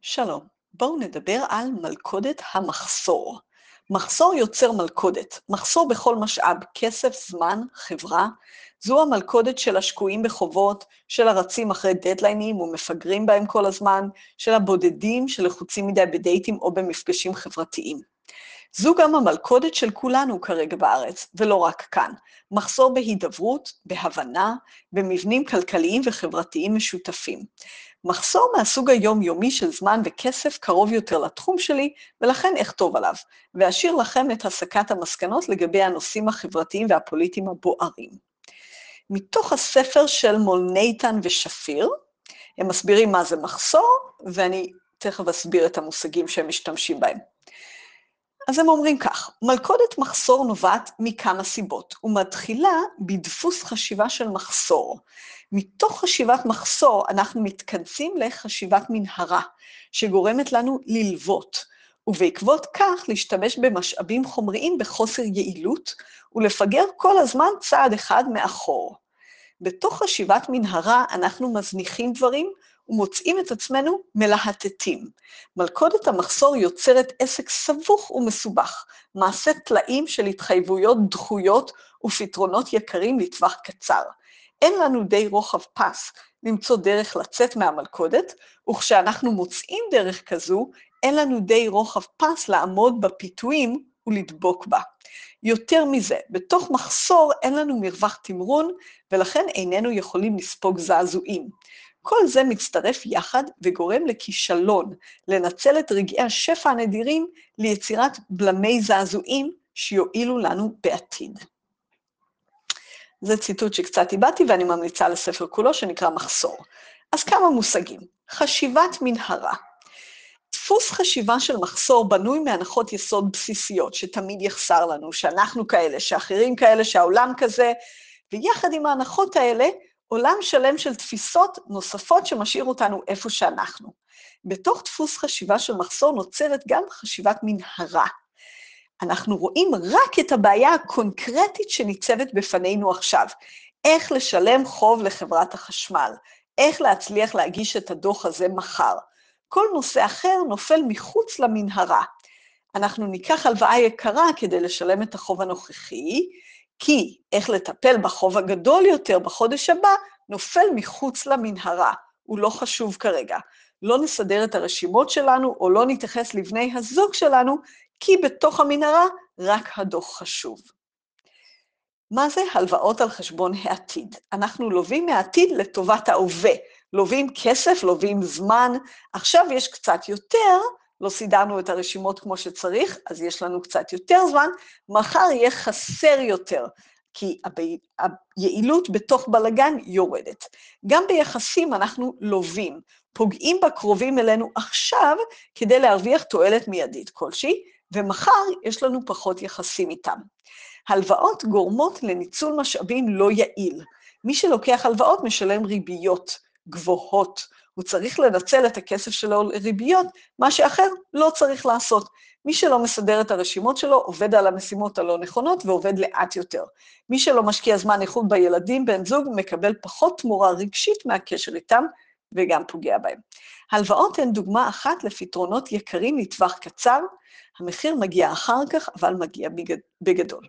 שלום, בואו נדבר על מלכודת המחסור. מחסור יוצר מלכודת, מחסור בכל משאב, כסף, זמן, חברה. זו המלכודת של השקועים בחובות, של הרצים אחרי דדליינים ומפגרים בהם כל הזמן, של הבודדים שלחוצים מדי בדייטים או במפגשים חברתיים. זו גם המלכודת של כולנו כרגע בארץ, ולא רק כאן. מחסור בהידברות, בהבנה, במבנים כלכליים וחברתיים משותפים. מחסור מהסוג היומיומי של זמן וכסף קרוב יותר לתחום שלי, ולכן אכתוב עליו, ואשאיר לכם את הסקת המסקנות לגבי הנושאים החברתיים והפוליטיים הבוערים. מתוך הספר של מולנייתן ושפיר, הם מסבירים מה זה מחסור, ואני תכף אסביר את המושגים שהם משתמשים בהם. אז הם אומרים כך, מלכודת מחסור נובעת מכמה סיבות, ומתחילה בדפוס חשיבה של מחסור. מתוך חשיבת מחסור אנחנו מתכנסים לחשיבת מנהרה, שגורמת לנו ללוות, ובעקבות כך להשתמש במשאבים חומריים בחוסר יעילות, ולפגר כל הזמן צעד אחד מאחור. בתוך חשיבת מנהרה אנחנו מזניחים דברים, ומוצאים את עצמנו מלהטטים. מלכודת המחסור יוצרת עסק סבוך ומסובך, מעשה טלאים של התחייבויות דחויות ופתרונות יקרים לטווח קצר. אין לנו די רוחב פס למצוא דרך לצאת מהמלכודת, וכשאנחנו מוצאים דרך כזו, אין לנו די רוחב פס לעמוד בפיתויים ולדבוק בה. יותר מזה, בתוך מחסור אין לנו מרווח תמרון, ולכן איננו יכולים לספוג זעזועים. כל זה מצטרף יחד וגורם לכישלון, לנצל את רגעי השפע הנדירים ליצירת בלמי זעזועים שיועילו לנו בעתיד. זה ציטוט שקצת איבדתי ואני ממליצה לספר כולו שנקרא מחסור. אז כמה מושגים. חשיבת מנהרה. דפוס חשיבה של מחסור בנוי מהנחות יסוד בסיסיות, שתמיד יחסר לנו, שאנחנו כאלה, שאחרים כאלה, שהעולם כזה, ויחד עם ההנחות האלה, עולם שלם של תפיסות נוספות שמשאיר אותנו איפה שאנחנו. בתוך דפוס חשיבה של מחסור נוצרת גם חשיבת מנהרה. אנחנו רואים רק את הבעיה הקונקרטית שניצבת בפנינו עכשיו. איך לשלם חוב לחברת החשמל, איך להצליח להגיש את הדוח הזה מחר. כל נושא אחר נופל מחוץ למנהרה. אנחנו ניקח הלוואה יקרה כדי לשלם את החוב הנוכחי, כי איך לטפל בחוב הגדול יותר בחודש הבא, נופל מחוץ למנהרה, הוא לא חשוב כרגע. לא נסדר את הרשימות שלנו, או לא נתייחס לבני הזוג שלנו, כי בתוך המנהרה רק הדוח חשוב. מה זה הלוואות על חשבון העתיד? אנחנו לווים מהעתיד לטובת ההווה, לווים כסף, לווים זמן, עכשיו יש קצת יותר, לא סידרנו את הרשימות כמו שצריך, אז יש לנו קצת יותר זמן, מחר יהיה חסר יותר, כי היעילות בתוך בלגן יורדת. גם ביחסים אנחנו לווים, פוגעים בקרובים אלינו עכשיו, כדי להרוויח תועלת מיידית כלשהי, ומחר יש לנו פחות יחסים איתם. הלוואות גורמות לניצול משאבים לא יעיל. מי שלוקח הלוואות משלם ריביות גבוהות. הוא צריך לנצל את הכסף שלו לריביות, מה שאחר לא צריך לעשות. מי שלא מסדר את הרשימות שלו, עובד על המשימות הלא נכונות ועובד לאט יותר. מי שלא משקיע זמן איכות בילדים, בן זוג, מקבל פחות תמורה רגשית מהקשר איתם, וגם פוגע בהם. הלוואות הן דוגמה אחת לפתרונות יקרים לטווח קצר, המחיר מגיע אחר כך, אבל מגיע בגדול.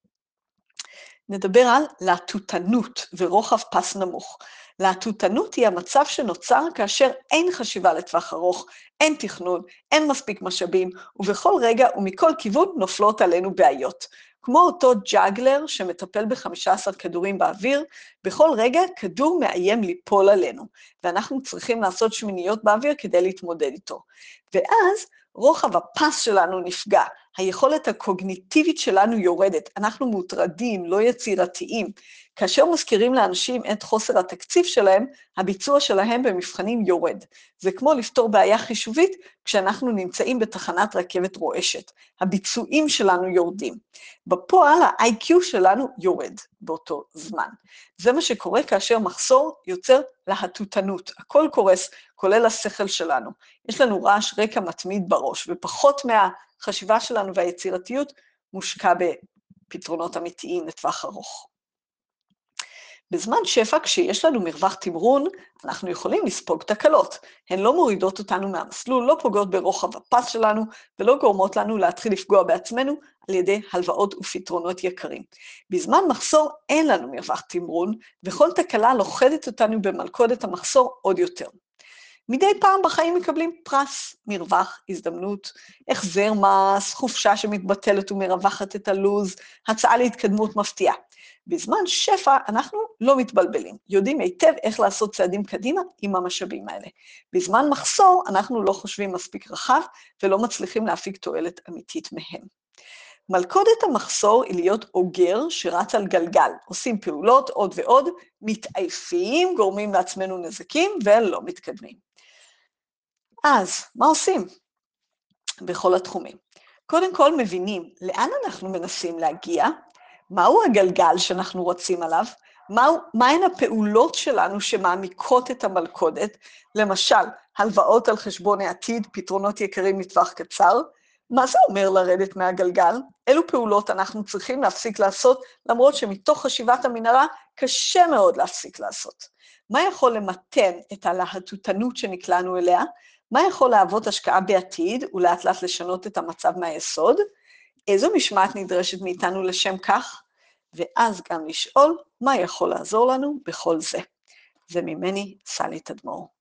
נדבר על להטוטנות ורוחב פס נמוך. להטוטנות היא המצב שנוצר כאשר אין חשיבה לטווח ארוך, אין תכנון, אין מספיק משאבים, ובכל רגע ומכל כיוון נופלות עלינו בעיות. כמו אותו ג'אגלר שמטפל ב-15 כדורים באוויר, בכל רגע כדור מאיים ליפול עלינו, ואנחנו צריכים לעשות שמיניות באוויר כדי להתמודד איתו. ואז רוחב הפס שלנו נפגע, היכולת הקוגניטיבית שלנו יורדת, אנחנו מוטרדים, לא יצירתיים. כאשר מזכירים לאנשים את חוסר התקציב שלהם, הביצוע שלהם במבחנים יורד. זה כמו לפתור בעיה חישובית כשאנחנו נמצאים בתחנת רכבת רועשת. הביצועים שלנו יורדים. בפועל ה-IQ שלנו יורד באותו זמן. זה מה שקורה כאשר מחסור יוצר להטוטנות. הכל קורס, כולל השכל שלנו. יש לנו רעש רקע מתמיד בראש, ופחות מהחשיבה שלנו והיצירתיות מושקע בפתרונות אמיתיים לטווח ארוך. בזמן שפע, כשיש לנו מרווח תמרון, אנחנו יכולים לספוג תקלות. הן לא מורידות אותנו מהמסלול, לא פוגעות ברוחב הפס שלנו, ולא גורמות לנו להתחיל לפגוע בעצמנו על ידי הלוואות ופתרונות יקרים. בזמן מחסור אין לנו מרווח תמרון, וכל תקלה לוכדת אותנו במלכודת המחסור עוד יותר. מדי פעם בחיים מקבלים פרס, מרווח, הזדמנות, החזר מס, חופשה שמתבטלת ומרווחת את הלוז, הצעה להתקדמות מפתיעה. בזמן שפע אנחנו לא מתבלבלים, יודעים היטב איך לעשות צעדים קדימה עם המשאבים האלה. בזמן מחסור אנחנו לא חושבים מספיק רחב ולא מצליחים להפיק תועלת אמיתית מהם. מלכודת המחסור היא להיות אוגר שרץ על גלגל, עושים פעולות עוד ועוד, מתעייפים, גורמים לעצמנו נזקים ולא מתקדמים. אז, מה עושים? בכל התחומים. קודם כל מבינים לאן אנחנו מנסים להגיע, מהו הגלגל שאנחנו רצים עליו, מהן הפעולות שלנו שמעמיקות את המלכודת, למשל, הלוואות על חשבון העתיד, פתרונות יקרים מטווח קצר, מה זה אומר לרדת מהגלגל? אילו פעולות אנחנו צריכים להפסיק לעשות, למרות שמתוך חשיבת המנהרה קשה מאוד להפסיק לעשות. מה יכול למתן את הלהטוטנות שנקלענו אליה? מה יכול להוות השקעה בעתיד ולאט לאט לשנות את המצב מהיסוד? איזו משמעת נדרשת מאיתנו לשם כך? ואז גם לשאול מה יכול לעזור לנו בכל זה. זה ממני, סלי תדמור.